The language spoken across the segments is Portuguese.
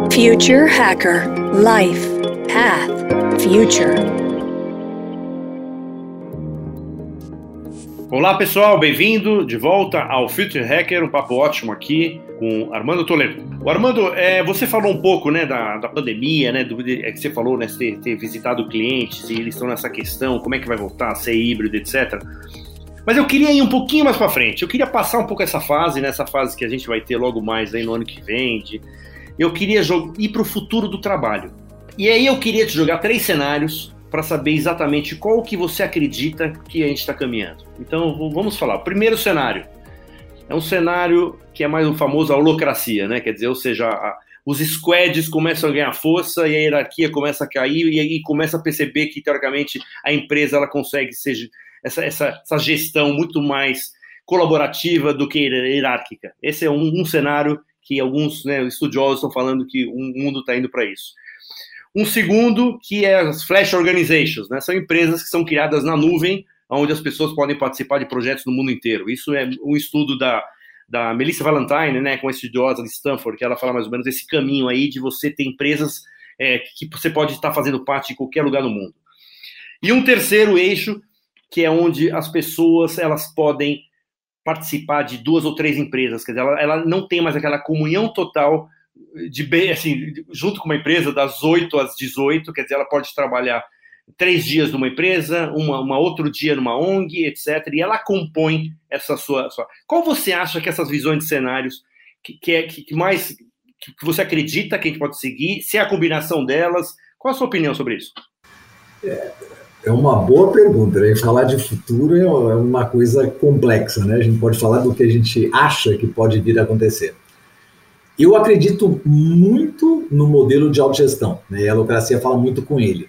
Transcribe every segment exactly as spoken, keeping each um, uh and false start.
Future Hacker Life Path Future. Olá pessoal, bem-vindo de volta ao Future Hacker, um papo ótimo aqui com Armando Toledo. O Armando, é, você falou um pouco, né, da, da pandemia, né, do, é, que você falou, né, ter, ter visitado clientes e eles estão nessa questão, como é que vai voltar a ser híbrido, etcétera. Mas eu queria ir um pouquinho mais para frente, eu queria passar um pouco essa fase, nessa fase que a gente vai ter logo mais aí no ano que vem, de, eu queria ir para o futuro do trabalho. E aí eu queria te jogar três cenários para saber exatamente qual que você acredita que a gente está caminhando. Então, vamos falar. O primeiro cenário é um cenário que é mais o famoso a holocracia, né? Quer dizer, ou seja, a, os squads começam a ganhar força e a hierarquia começa a cair e aí começa a perceber que, teoricamente, a empresa ela consegue ser essa, essa, essa gestão muito mais colaborativa do que hierárquica. Esse é um, um cenário que alguns, né, estudiosos estão falando que o mundo está indo para isso. Um segundo, que é as Flash Organizations, né? São empresas que são criadas na nuvem, onde as pessoas podem participar de projetos no mundo inteiro. Isso é um estudo da, da Melissa Valentine, né, com a estudiosa de Stanford, que ela fala mais ou menos desse caminho aí de você ter empresas é, que você pode estar fazendo parte de qualquer lugar no mundo. E um terceiro eixo, que é onde as pessoas elas podem participar de duas ou três empresas, quer dizer, ela, ela não tem mais aquela comunhão total de bem, assim, junto com uma empresa das oito às dezoito, quer dizer, ela pode trabalhar três dias numa empresa, uma, uma outro dia numa O N G, etcétera. E ela compõe essa sua, sua... Qual você acha que essas visões de cenários que, que, é, que mais que você acredita que a gente pode seguir? Se é a combinação delas, qual a sua opinião sobre isso? É, é uma boa pergunta, né? Falar de futuro é uma coisa complexa, né? A gente pode falar do que a gente acha que pode vir a acontecer. Eu acredito muito no modelo de autogestão, né? A holacracia fala muito com ele.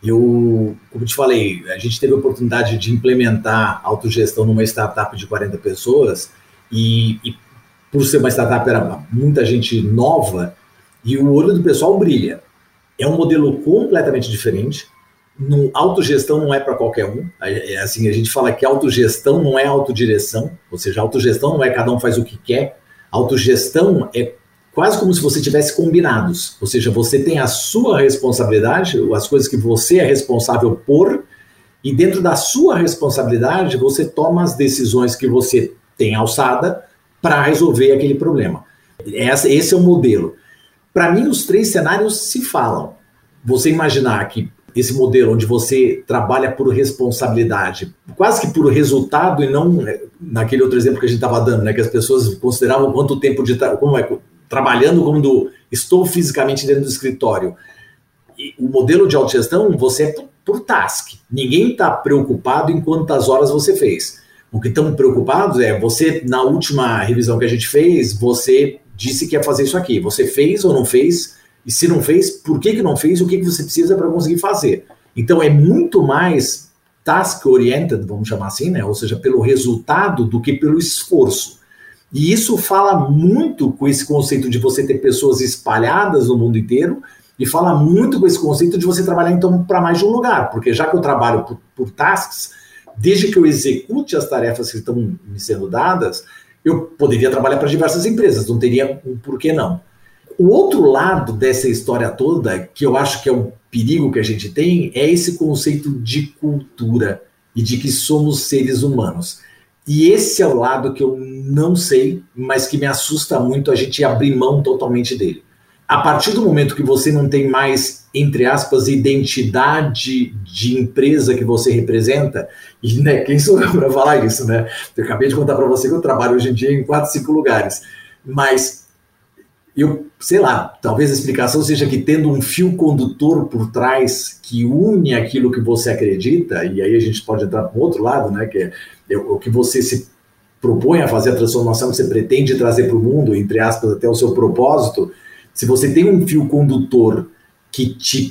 Eu, como te falei, a gente teve a oportunidade de implementar autogestão numa startup de quarenta pessoas e, e por ser uma startup era muita gente nova e o olho do pessoal brilha. É um modelo completamente diferente. No, autogestão não é para qualquer um. É, assim, a gente fala que autogestão não é autodireção, ou seja, autogestão não é cada um faz o que quer. Autogestão é quase como se você tivesse combinados, ou seja, você tem a sua responsabilidade, as coisas que você é responsável por, e dentro da sua responsabilidade você toma as decisões que você tem alçada para resolver aquele problema. Esse é o modelo. Para mim, os três cenários se falam. Você imaginar que esse modelo onde você trabalha por responsabilidade, quase que por resultado e não naquele outro exemplo que a gente estava dando, né, que as pessoas consideravam quanto tempo de como é, trabalhando quando estou fisicamente dentro do escritório. E o modelo de autogestão, você é por, por task. Ninguém está preocupado em quantas horas você fez. O que estão preocupados é você, na última revisão que a gente fez, você disse que ia fazer isso aqui. Você fez ou não fez? E se não fez, por que, que não fez? O que, que você precisa para conseguir fazer? Então é muito mais task-oriented, vamos chamar assim, né? Ou seja, pelo resultado do que pelo esforço. E isso fala muito com esse conceito de você ter pessoas espalhadas no mundo inteiro e fala muito com esse conceito de você trabalhar então para mais de um lugar, porque já que eu trabalho por, por tasks, desde que eu execute as tarefas que estão me sendo dadas, eu poderia trabalhar para diversas empresas, não teria um porquê não. O outro lado dessa história toda, que eu acho que é o perigo que a gente tem, é esse conceito de cultura e de que somos seres humanos. E esse é o lado que eu não sei, mas que me assusta muito a gente abrir mão totalmente dele. A partir do momento que você não tem mais, entre aspas, identidade de empresa que você representa, e né, quem sou eu para falar isso, né? Eu acabei de contar para você que eu trabalho hoje em dia em quatro, cinco lugares, mas eu, sei lá, talvez a explicação seja que tendo um fio condutor por trás que une aquilo que você acredita, e aí a gente pode entrar para o outro lado, né, que é o que você se propõe a fazer, a transformação que você pretende trazer para o mundo, entre aspas, até o seu propósito. Se você tem um fio condutor que te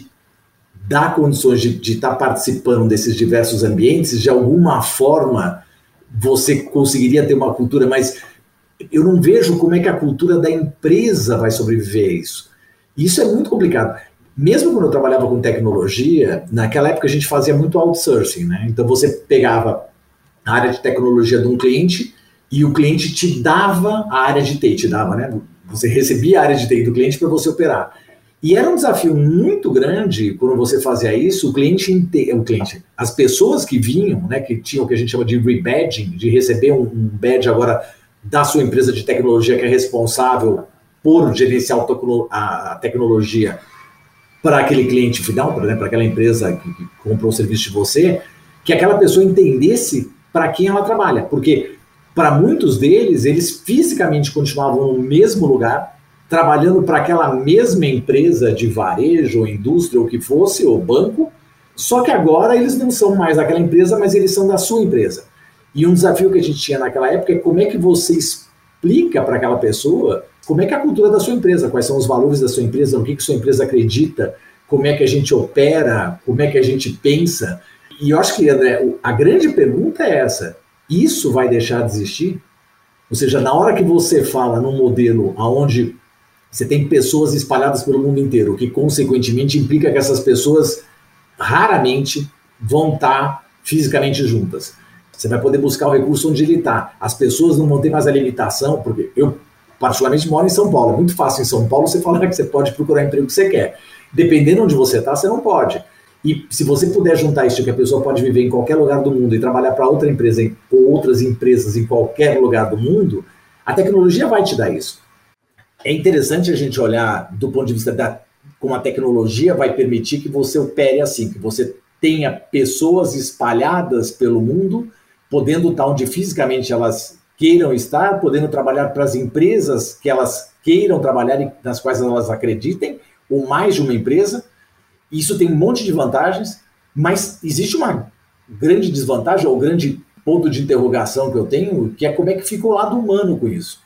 dá condições de, de estar participando desses diversos ambientes, de alguma forma você conseguiria ter uma cultura mais... Eu não vejo como é que a cultura da empresa vai sobreviver a isso. Isso é muito complicado. Mesmo quando eu trabalhava com tecnologia, naquela época a gente fazia muito outsourcing, né? Então você pegava a área de tecnologia de um cliente e o cliente te dava a área de T I, te dava, né? Você recebia a área de T I do cliente para você operar. E era um desafio muito grande quando você fazia isso, o cliente, o cliente, as pessoas que vinham, né, que tinham o que a gente chama de rebadging, de receber um, um badge agora da sua empresa de tecnologia que é responsável por gerenciar a tecnologia para aquele cliente final, para, né, para aquela empresa que, que comprou o serviço de você, que aquela pessoa entendesse para quem ela trabalha. Porque para muitos deles, eles fisicamente continuavam no mesmo lugar, trabalhando para aquela mesma empresa de varejo, ou indústria, ou o que fosse, ou banco, só que agora eles não são mais daquela empresa, mas eles são da sua empresa. E um desafio que a gente tinha naquela época é como é que você explica para aquela pessoa como é que é a cultura da sua empresa, quais são os valores da sua empresa, o que que sua empresa acredita, como é que a gente opera, como é que a gente pensa. E eu acho que, André, a grande pergunta é essa: isso vai deixar de existir? Ou seja, na hora que você fala num modelo onde você tem pessoas espalhadas pelo mundo inteiro, o que consequentemente implica que essas pessoas raramente vão estar fisicamente juntas. Você vai poder buscar o recurso onde ele está. As pessoas não vão ter mais a limitação, porque eu particularmente moro em São Paulo. É muito fácil em São Paulo você falar que você pode procurar o emprego que você quer. Dependendo de onde você está, você não pode. E se você puder juntar isso, que a pessoa pode viver em qualquer lugar do mundo e trabalhar para outra empresa ou outras empresas em qualquer lugar do mundo, a tecnologia vai te dar isso. É interessante a gente olhar do ponto de vista da como a tecnologia vai permitir que você opere assim, que você tenha pessoas espalhadas pelo mundo, podendo estar onde fisicamente elas queiram estar, podendo trabalhar para as empresas que elas queiram trabalhar e nas quais elas acreditem, ou mais de uma empresa. Isso tem um monte de vantagens, mas existe uma grande desvantagem, ou grande ponto de interrogação que eu tenho, que é como é que fica o lado humano com isso.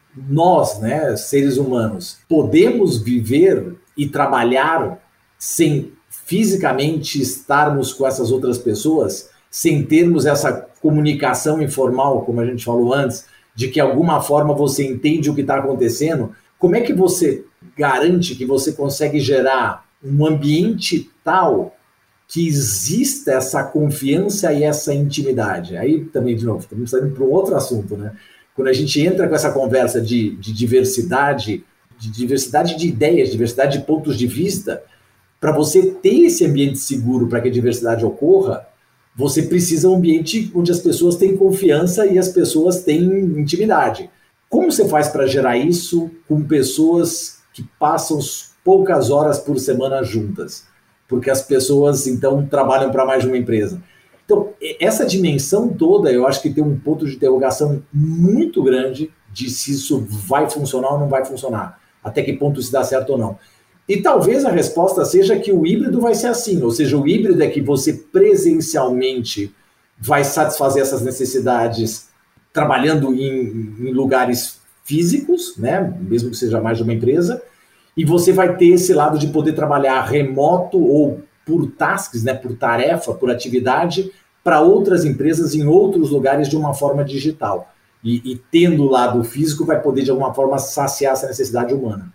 Nós, né, seres humanos, podemos viver e trabalhar sem fisicamente estarmos com essas outras pessoas, sem termos essa comunicação informal, como a gente falou antes, de que de alguma forma você entende o que está acontecendo. Como é que você garante que você consegue gerar um ambiente tal que exista essa confiança e essa intimidade? Aí também, de novo, estamos saindo para um outro assunto, né? Quando a gente entra com essa conversa de, de diversidade, de diversidade de ideias, diversidade de pontos de vista, para você ter esse ambiente seguro para que a diversidade ocorra, você precisa de um ambiente onde as pessoas têm confiança e as pessoas têm intimidade. Como você faz para gerar isso com pessoas que passam poucas horas por semana juntas? Porque as pessoas, então, trabalham para mais de uma empresa. Então, essa dimensão toda, eu acho que tem um ponto de interrogação muito grande de se isso vai funcionar ou não vai funcionar. Até que ponto isso dá certo ou não. E talvez a resposta seja que o híbrido vai ser assim, ou seja, o híbrido é que você presencialmente vai satisfazer essas necessidades trabalhando em, em lugares físicos, né, mesmo que seja mais de uma empresa, e você vai ter esse lado de poder trabalhar remoto ou por tasks, né, por tarefa, por atividade, para outras empresas em outros lugares de uma forma digital. E, e tendo o lado físico, vai poder de alguma forma saciar essa necessidade humana.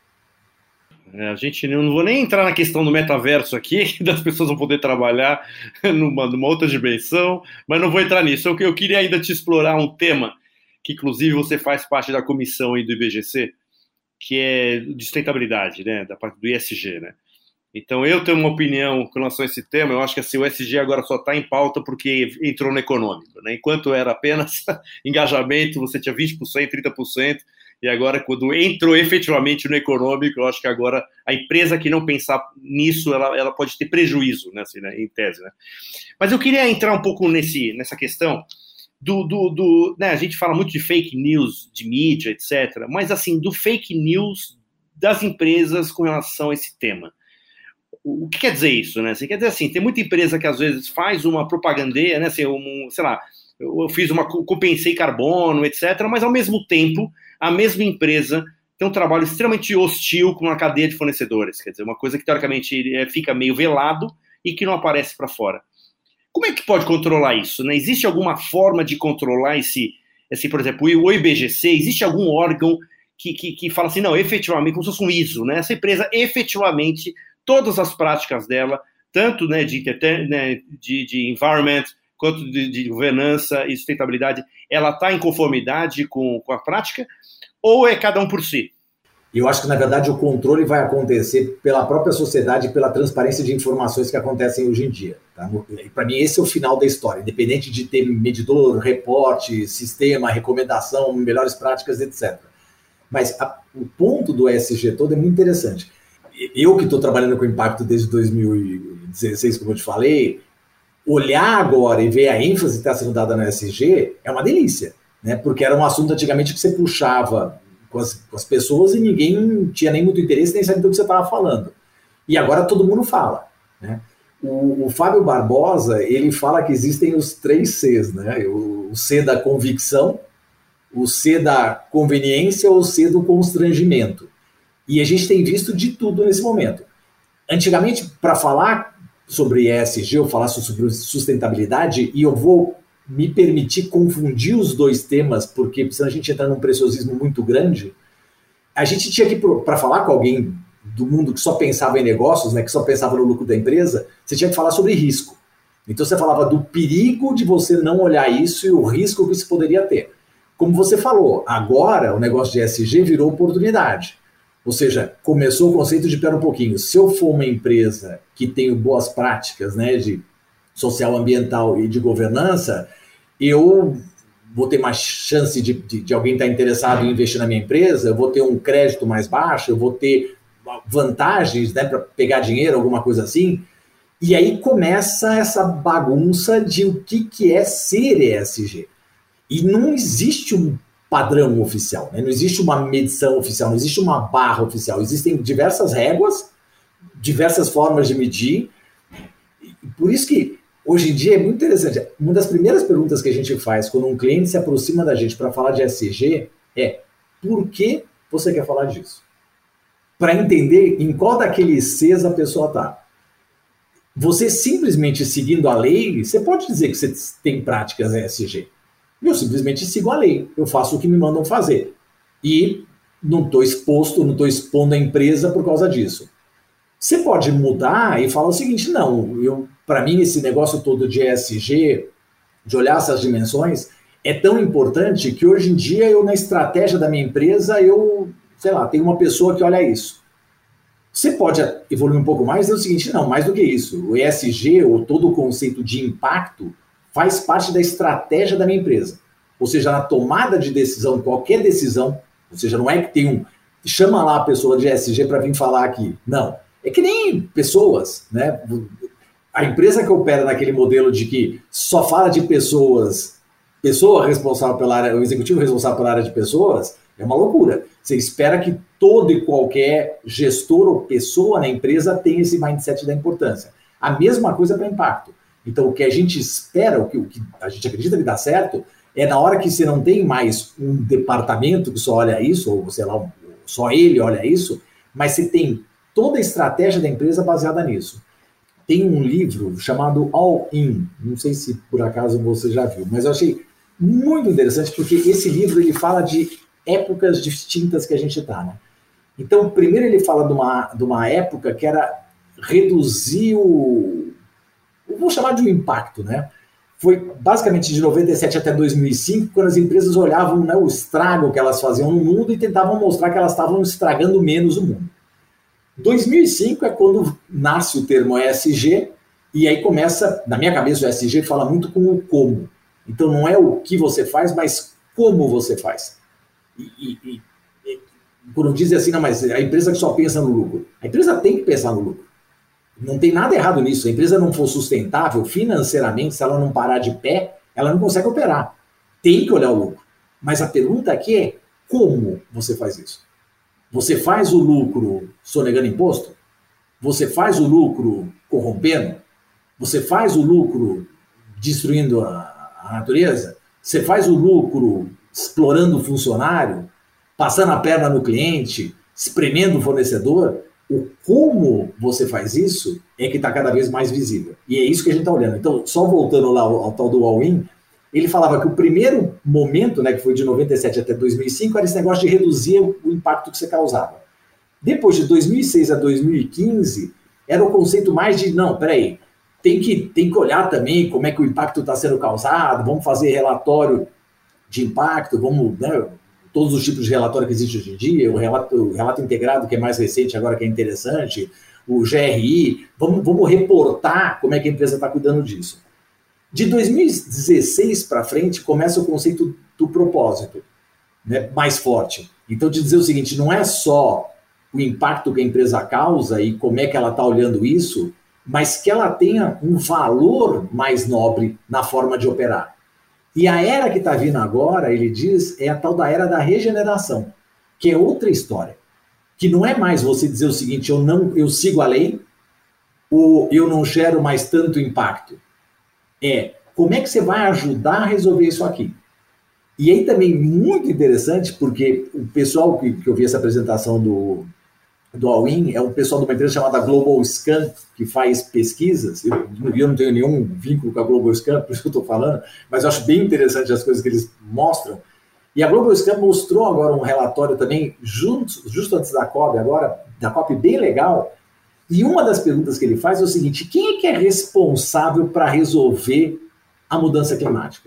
É, a gente não, não vou nem entrar na questão do metaverso aqui, que das pessoas vão poder trabalhar numa, numa outra dimensão, mas não vou entrar nisso. Eu, eu queria ainda te explorar um tema que, inclusive, você faz parte da comissão aí do I B G C, que é de sustentabilidade, né, da parte do I S G, né? Então, eu tenho uma opinião com relação a esse tema. Eu acho que assim, o E S G agora só está em pauta porque entrou no econômico, né? Enquanto era apenas engajamento, você tinha vinte por cento, trinta por cento, e agora, quando entrou efetivamente no econômico, eu acho que agora a empresa que não pensar nisso, ela, ela pode ter prejuízo, né, assim, né, em tese, né? Mas eu queria entrar um pouco nesse, nessa questão do... do, do né, a gente fala muito de fake news, de mídia, etcétera, mas assim, do fake news das empresas com relação a esse tema. O que quer dizer isso, né? Assim, quer dizer assim, tem muita empresa que às vezes faz uma propagandeia, né? Assim, um, sei lá, eu fiz uma, compensei carbono, etcétera, mas ao mesmo tempo, a mesma empresa tem um trabalho extremamente hostil com uma cadeia de fornecedores, quer dizer, uma coisa que teoricamente é, fica meio velado e que não aparece para fora. Como é que pode controlar isso, né? Existe alguma forma de controlar esse, esse por exemplo, o I B G C, existe algum órgão que, que, que fala assim, não, efetivamente, como se fosse um I S O, né? Essa empresa efetivamente, todas as práticas dela, tanto né, de, né, de, de environment, quanto de, de governança e sustentabilidade, ela está em conformidade com, com a prática, ou é cada um por si? E eu acho que, na verdade, o controle vai acontecer pela própria sociedade e pela transparência de informações que acontecem hoje em dia. Tá? Para mim, esse é o final da história, independente de ter medidor, reporte, sistema, recomendação, melhores práticas, etcétera. Mas a, o ponto do E S G todo é muito interessante. Eu que estou trabalhando com impacto desde dois mil e dezesseis, como eu te falei, olhar agora e ver a ênfase que está sendo dada no E S G é uma delícia, né? Porque era um assunto antigamente que você puxava com as, com as pessoas e ninguém tinha nem muito interesse, nem sabia do que você estava falando. E agora todo mundo fala, né? O, o Fábio Barbosa, ele fala que existem os três Cs, né? O, o C da convicção, o C da conveniência ou o C do constrangimento. E a gente tem visto de tudo nesse momento. Antigamente, para falar sobre E S G, ou falar sobre sustentabilidade, e eu vou me permitir confundir os dois temas, porque senão a gente entra num preciosismo muito grande, a gente tinha que, para falar com alguém do mundo que só pensava em negócios, né, que só pensava no lucro da empresa, você tinha que falar sobre risco. Então você falava do perigo de você não olhar isso e o risco que isso poderia ter. Como você falou, agora o negócio de E S G virou oportunidade. Ou seja, começou o conceito de, pera um pouquinho, se eu for uma empresa que tem boas práticas, né, de social, ambiental e de governança, eu vou ter mais chance de, de, de alguém estar interessado em investir na minha empresa, eu vou ter um crédito mais baixo, eu vou ter vantagens, né, para pegar dinheiro, alguma coisa assim. E aí começa essa bagunça de o que, que é ser E S G. E não existe um padrão oficial, né? Não existe uma medição oficial, não existe uma barra oficial. Existem diversas réguas, diversas formas de medir. E por isso que, hoje em dia, é muito interessante. Uma das primeiras perguntas que a gente faz quando um cliente se aproxima da gente para falar de E S G é: por que você quer falar disso? Para entender em qual daqueles Cs a pessoa está. Você simplesmente seguindo a lei, você pode dizer que você tem práticas E S G. Eu simplesmente sigo a lei, eu faço o que me mandam fazer. E não estou exposto, não estou expondo a empresa por causa disso. Você pode mudar e falar o seguinte: não, eu, para mim esse negócio todo de E S G, de olhar essas dimensões, é tão importante que hoje em dia eu, na estratégia da minha empresa, eu, sei lá, tenho uma pessoa que olha isso. Você pode evoluir um pouco mais e dizer o seguinte: não, mais do que isso, o E S G, ou todo o conceito de impacto, faz parte da estratégia da minha empresa. Ou seja, na tomada de decisão, qualquer decisão, ou seja, não é que tem um... chama lá a pessoa de E S G para vir falar aqui. Não. É que nem pessoas, né? A empresa que opera naquele modelo de que só fala de pessoas, pessoa responsável pela área, o executivo responsável pela área de pessoas, é uma loucura. Você espera que todo e qualquer gestor ou pessoa na empresa tenha esse mindset da importância. A mesma coisa para impacto. Então, o que a gente espera, o que, o que a gente acredita que dá certo, é na hora que você não tem mais um departamento que só olha isso, ou sei lá, só ele olha isso, mas você tem toda a estratégia da empresa baseada nisso. Tem um livro chamado All In, não sei se por acaso você já viu, mas eu achei muito interessante, porque esse livro ele fala de épocas distintas que a gente está, né? Então, primeiro ele fala de uma, de uma época que era reduzir o... vou chamar de um impacto, né? Foi basicamente de noventa e sete até dois mil e cinco, quando as empresas olhavam, né, o estrago que elas faziam no mundo e tentavam mostrar que elas estavam estragando menos o mundo. dois mil e cinco é quando nasce o termo E S G, e aí começa, na minha cabeça, o E S G fala muito com o como. Então não é o que você faz, mas como você faz. E, e, e quando dizem assim, não, mas a empresa que só pensa no lucro. A empresa tem que pensar no lucro. Não tem nada errado nisso. Se a empresa não for sustentável financeiramente, se ela não parar de pé, ela não consegue operar. Tem que olhar o lucro. Mas a pergunta aqui é: como você faz isso? Você faz o lucro sonegando imposto? Você faz o lucro corrompendo? Você faz o lucro destruindo a, a natureza? Você faz o lucro explorando o funcionário? Passando a perna no cliente? Espremendo o fornecedor? O como você faz isso é que está cada vez mais visível. E é isso que a gente está olhando. Então, só voltando lá ao, ao tal do all-in, ele falava que o primeiro momento, né, que foi de noventa e sete até dois mil e cinco, era esse negócio de reduzir o impacto que você causava. Depois de dois mil e seis a dois mil e quinze, era o conceito mais de, não, peraí, tem que, tem que olhar também como é que o impacto está sendo causado, vamos fazer relatório de impacto, vamos, né, todos os tipos de relatório que existe hoje em dia, o relato, o relato integrado, que é mais recente agora, que é interessante, o G R I, vamos, vamos reportar como é que a empresa está cuidando disso. De dois mil e dezesseis para frente, começa o conceito do propósito, né, mais forte. Então, de dizer o seguinte, não é só o impacto que a empresa causa e como é que ela está olhando isso, mas que ela tenha um valor mais nobre na forma de operar. E a era que está vindo agora, ele diz, é a tal da era da regeneração, que é outra história. Que não é mais você dizer o seguinte, eu, não, eu sigo a lei, ou eu não gero mais tanto impacto. É, como é que você vai ajudar a resolver isso aqui? E aí também muito interessante, porque o pessoal que, que eu vi essa apresentação do, do All-in é o pessoal de uma empresa chamada Global Scan, que faz pesquisas. Eu, eu não tenho nenhum vínculo com a Global Scan, por isso que eu estou falando, mas eu acho bem interessante as coisas que eles mostram. E a Global Scan mostrou agora um relatório também, junto, justo antes da COP, agora, da COP bem legal, e uma das perguntas que ele faz é o seguinte, quem é que é responsável para resolver a mudança climática?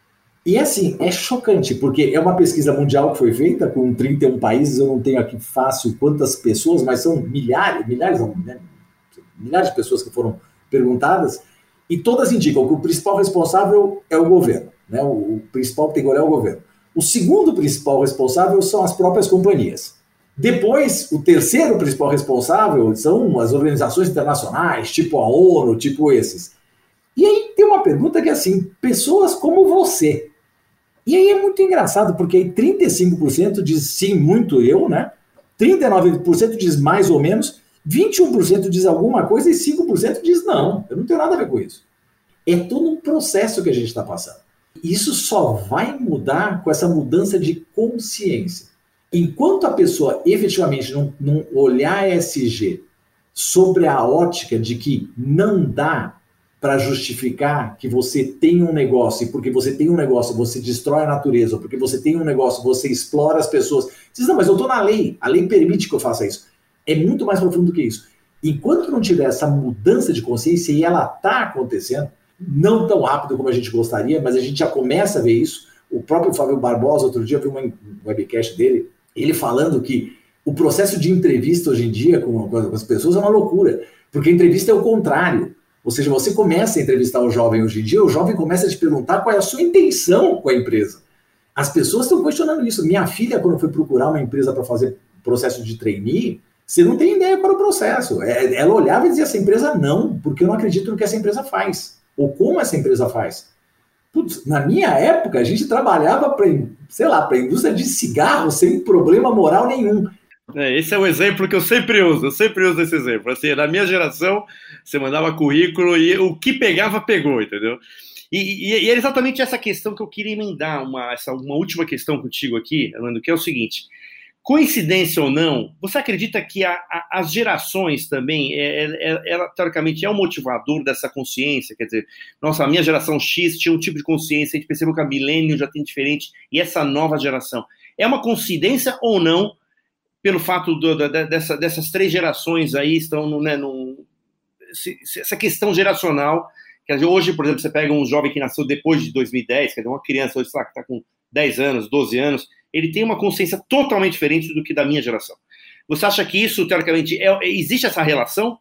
E assim, é chocante, porque é uma pesquisa mundial que foi feita com trinta e um países, eu não tenho aqui fácil quantas pessoas, mas são milhares, milhares, não, né? milhares de pessoas que foram perguntadas, e todas indicam que o principal responsável é o governo, né? o, o principal que tem que olhar é o governo. O segundo principal responsável são as próprias companhias. Depois, o terceiro principal responsável são as organizações internacionais, tipo a ONU, tipo esses. E aí tem uma pergunta que é assim, pessoas como você. E aí é muito engraçado, porque aí trinta e cinco por cento diz sim, muito eu, né? trinta e nove por cento diz mais ou menos, vinte e um por cento diz alguma coisa e cinco por cento diz não, eu não tenho nada a ver com isso. É todo um processo que a gente está passando. Isso só vai mudar com essa mudança de consciência. Enquanto a pessoa efetivamente não, não olhar E S G sobre a ótica de que não dá para justificar que você tem um negócio, e porque você tem um negócio você destrói a natureza, ou porque você tem um negócio você explora as pessoas. Você diz, não, mas eu estou na lei, a lei permite que eu faça isso. É muito mais profundo do que isso. Enquanto não tiver essa mudança de consciência, e ela está acontecendo, não tão rápido como a gente gostaria, mas a gente já começa a ver isso. O próprio Fábio Barbosa, outro dia, eu vi uma webcast dele, ele falando que o processo de entrevista hoje em dia com, com as pessoas é uma loucura, porque a entrevista é o contrário. Ou seja, você começa a entrevistar o jovem hoje em dia, o jovem começa a te perguntar qual é a sua intenção com a empresa. As pessoas estão questionando isso. Minha filha, quando foi procurar uma empresa para fazer processo de trainee, você não tem ideia qual é o processo. Ela olhava e dizia, essa empresa não, porque eu não acredito no que essa empresa faz. Ou como essa empresa faz. Putz, na minha época, a gente trabalhava para, sei lá, para a indústria de cigarro sem problema moral nenhum. É, esse é um exemplo que eu sempre uso, eu sempre uso esse exemplo. Assim, na minha geração, você mandava currículo e o que pegava, pegou, entendeu? E, e, e é exatamente essa questão que eu queria emendar, uma, essa, uma última questão contigo aqui, Armando, que é o seguinte: coincidência ou não, você acredita que a, a, as gerações também, é, é, ela, teoricamente, é um motivador dessa consciência? Quer dizer, nossa, a minha geração X tinha um tipo de consciência, a gente percebeu que a milênio já tem diferente, e essa nova geração. É uma coincidência ou não, pelo fato do, da, dessa, dessas três gerações aí estão no, né, no, essa questão geracional, quer dizer, hoje, por exemplo, você pega um jovem que nasceu depois de dois mil e dez, quer dizer, uma criança hoje, sei lá, que está com dez anos, doze anos, ele tem uma consciência totalmente diferente do que da minha geração. Você acha que isso, teoricamente, é, existe essa relação?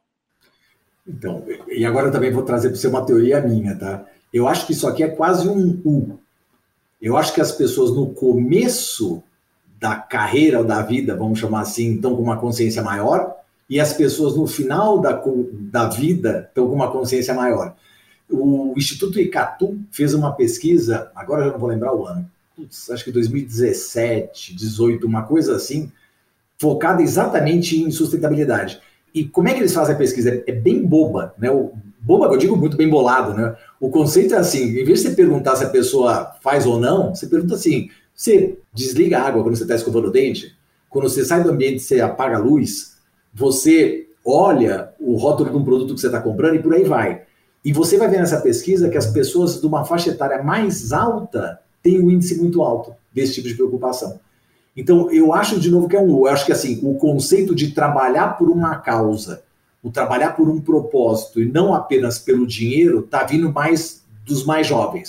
Então, e agora eu também vou trazer para você uma teoria minha, tá? Eu acho que isso aqui é quase um U. Eu acho que as pessoas no começo da carreira ou da vida, vamos chamar assim, estão com uma consciência maior, e as pessoas no final da, da vida estão com uma consciência maior. O Instituto Icatu fez uma pesquisa, agora eu já não vou lembrar o ano, putz, acho que dois mil e dezessete, dezoito, uma coisa assim, focada exatamente em sustentabilidade. E como é que eles fazem a pesquisa? É bem boba, né? O, boba, eu digo muito bem bolado, né? O conceito é assim, em vez de você perguntar se a pessoa faz ou não, você pergunta assim, você desliga a água quando você está escovando o dente? Quando você sai do ambiente, você apaga a luz? Você olha o rótulo de um produto que você está comprando e por aí vai. E você vai ver nessa pesquisa que as pessoas de uma faixa etária mais alta têm um índice muito alto desse tipo de preocupação. Então, eu acho, de novo, que é um... Eu acho que, assim, o conceito de trabalhar por uma causa, o trabalhar por um propósito e não apenas pelo dinheiro, está vindo mais dos mais jovens.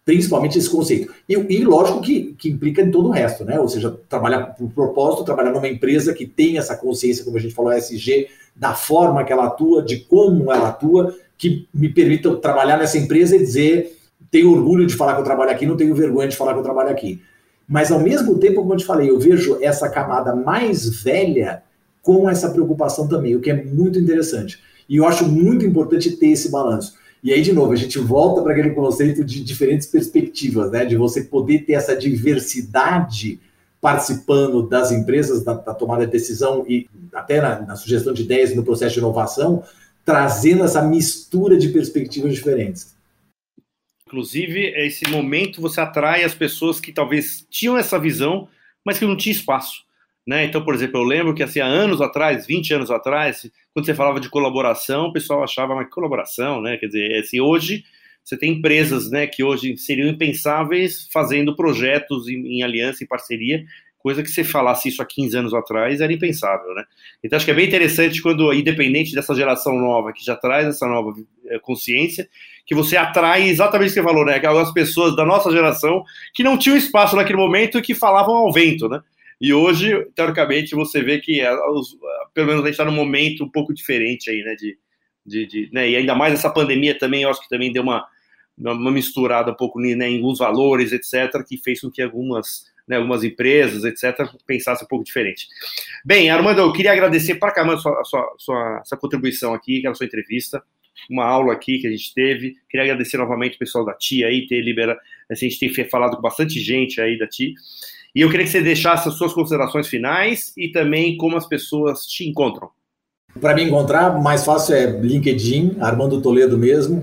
principalmente esse conceito. E, e lógico que, que implica em todo o resto, né? Ou seja, trabalhar por propósito, trabalhar numa empresa que tem essa consciência, como a gente falou, E S G, da forma que ela atua, de como ela atua, que me permita trabalhar nessa empresa e dizer, tenho orgulho de falar que eu trabalho aqui, não tenho vergonha de falar que eu trabalho aqui. Mas, ao mesmo tempo, como eu te falei, eu vejo essa camada mais velha com essa preocupação também, o que é muito interessante. E eu acho muito importante ter esse balanço. E aí, de novo, a gente volta para aquele conceito de diferentes perspectivas, né? De você poder ter essa diversidade participando das empresas, da, da tomada de decisão e até na, na sugestão de ideias no processo de inovação, trazendo essa mistura de perspectivas diferentes. Inclusive, esse momento você atrai as pessoas que talvez tinham essa visão, mas que não tinha espaço, né? Então, por exemplo, eu lembro que assim, há anos atrás, vinte anos atrás, quando você falava de colaboração, o pessoal achava, mas que colaboração, né? Quer dizer, assim, hoje você tem empresas, né, que hoje seriam impensáveis fazendo projetos em, em aliança, em parceria, coisa que você falasse isso há quinze anos atrás era impensável, né? Então acho que é bem interessante quando, independente dessa geração nova, que já traz essa nova consciência, que você atrai exatamente o que você falou, né? Aquelas pessoas da nossa geração que não tinham espaço naquele momento e que falavam ao vento, né? E hoje, teoricamente, você vê que os, pelo menos a gente está num momento um pouco diferente aí, né? De, de, de, né? E ainda mais essa pandemia também, eu acho que também deu uma, uma misturada um pouco, né, em alguns valores, etcétera, que fez com que algumas, né, algumas empresas, etcétera, pensassem um pouco diferente. Bem, Armando, eu queria agradecer para caramba a sua, a sua, sua, sua contribuição aqui, aquela sua entrevista, uma aula aqui que a gente teve. Queria agradecer novamente o pessoal da T I aí, ter liberado, assim, a gente tem falado com bastante gente aí da T I. E eu queria que você deixasse as suas considerações finais e também como as pessoas te encontram. Para me encontrar, mais fácil é LinkedIn, Armando Toledo mesmo,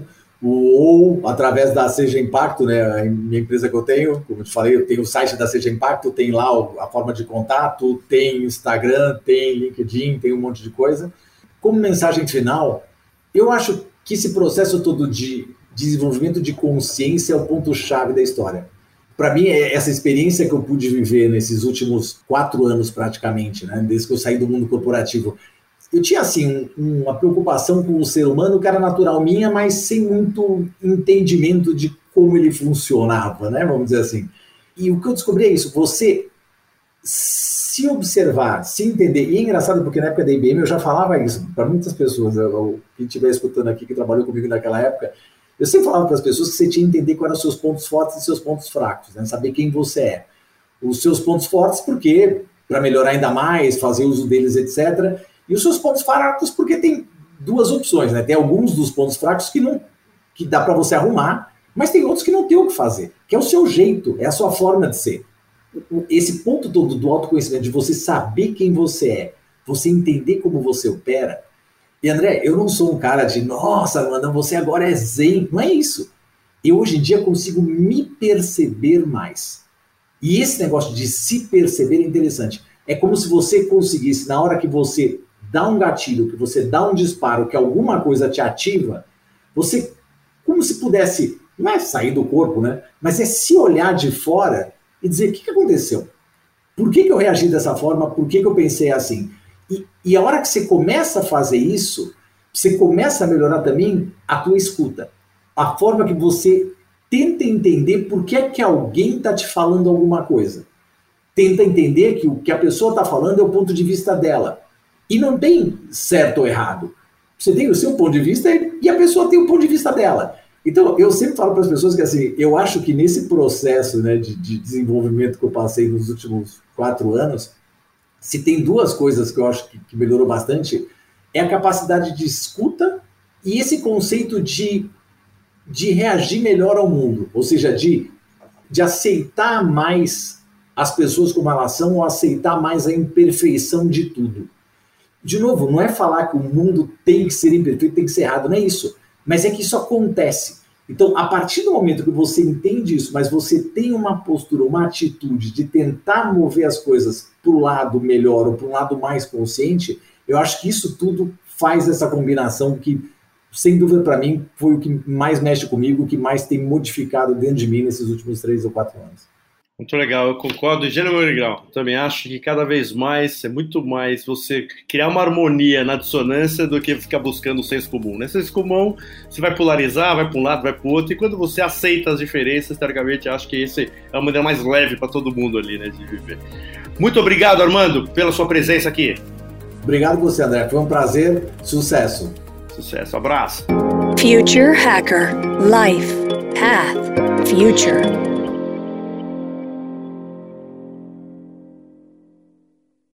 ou através da Seja Impacto, né, a minha empresa que eu tenho, como eu te falei, eu tenho o site da Seja Impacto, tem lá a forma de contato, tem Instagram, tem LinkedIn, tem um monte de coisa. Como mensagem final, eu acho que esse processo todo de desenvolvimento de consciência é o ponto-chave da história. Para mim, essa experiência que eu pude viver nesses últimos quatro anos praticamente, né, desde que eu saí do mundo corporativo, eu tinha assim um, uma preocupação com o ser humano que era natural minha, mas sem muito entendimento de como ele funcionava, né, vamos dizer assim. E o que eu descobri é isso, você se observar, se entender, e é engraçado porque na época da I B M eu já falava isso para muitas pessoas, eu, quem estiver escutando aqui que trabalhou comigo naquela época, eu sempre falava para as pessoas que você tinha que entender quais eram os seus pontos fortes e seus pontos fracos, né? Saber quem você é. Os seus pontos fortes, porque para melhorar ainda mais, fazer uso deles, etcétera. E os seus pontos fracos, porque tem duas opções, né? Tem alguns dos pontos fracos que, não, que dá para você arrumar, mas tem outros que não tem o que fazer, que é o seu jeito, é a sua forma de ser. Esse ponto todo do autoconhecimento, de você saber quem você é, você entender como você opera. E André, eu não sou um cara de, nossa, mano, você agora é zen. Não é isso. Eu hoje em dia consigo me perceber mais. E esse negócio de se perceber é interessante. É como se você conseguisse, na hora que você dá um gatilho, que você dá um disparo, que alguma coisa te ativa, você, como se pudesse, não é sair do corpo, né? Mas é se olhar de fora e dizer, o que, que aconteceu? Por que, que eu reagi dessa forma? Por que, que eu pensei assim? E, e a hora que você começa a fazer isso, você começa a melhorar também a tua escuta. A forma que você tenta entender por que é que alguém está te falando alguma coisa. Tenta entender que o que a pessoa está falando é o ponto de vista dela. E não tem certo ou errado. Você tem o seu ponto de vista e a pessoa tem o ponto de vista dela. Então, eu sempre falo para as pessoas que, assim, eu acho que nesse processo, né, de, de desenvolvimento que eu passei nos últimos quatro anos, se tem duas coisas que eu acho que, que melhorou bastante, é a capacidade de escuta e esse conceito de, de reagir melhor ao mundo. Ou seja, de, de aceitar mais as pessoas como elas são ou aceitar mais a imperfeição de tudo. De novo, não é falar que o mundo tem que ser imperfeito, tem que ser errado, não é isso. Mas é que isso acontece. Então, a partir do momento que você entende isso, mas você tem uma postura, uma atitude de tentar mover as coisas para o lado melhor ou para um lado mais consciente, eu acho que isso tudo faz essa combinação que, sem dúvida para mim, foi o que mais mexe comigo, o que mais tem modificado dentro de mim nesses últimos três ou quatro anos. Muito legal, eu concordo em gênero e grau. Também acho que cada vez mais é muito mais você criar uma harmonia na dissonância do que ficar buscando o senso comum. Nesse senso comum, você vai polarizar, vai para um lado, vai para o outro, e quando você aceita as diferenças, teoricamente, acho que esse é a maneira mais leve para todo mundo ali, né, de viver. Muito obrigado, Armando, pela sua presença aqui. Obrigado você, André. Foi um prazer. Sucesso. Sucesso. Abraço. Future Hacker. Life. Path. Future.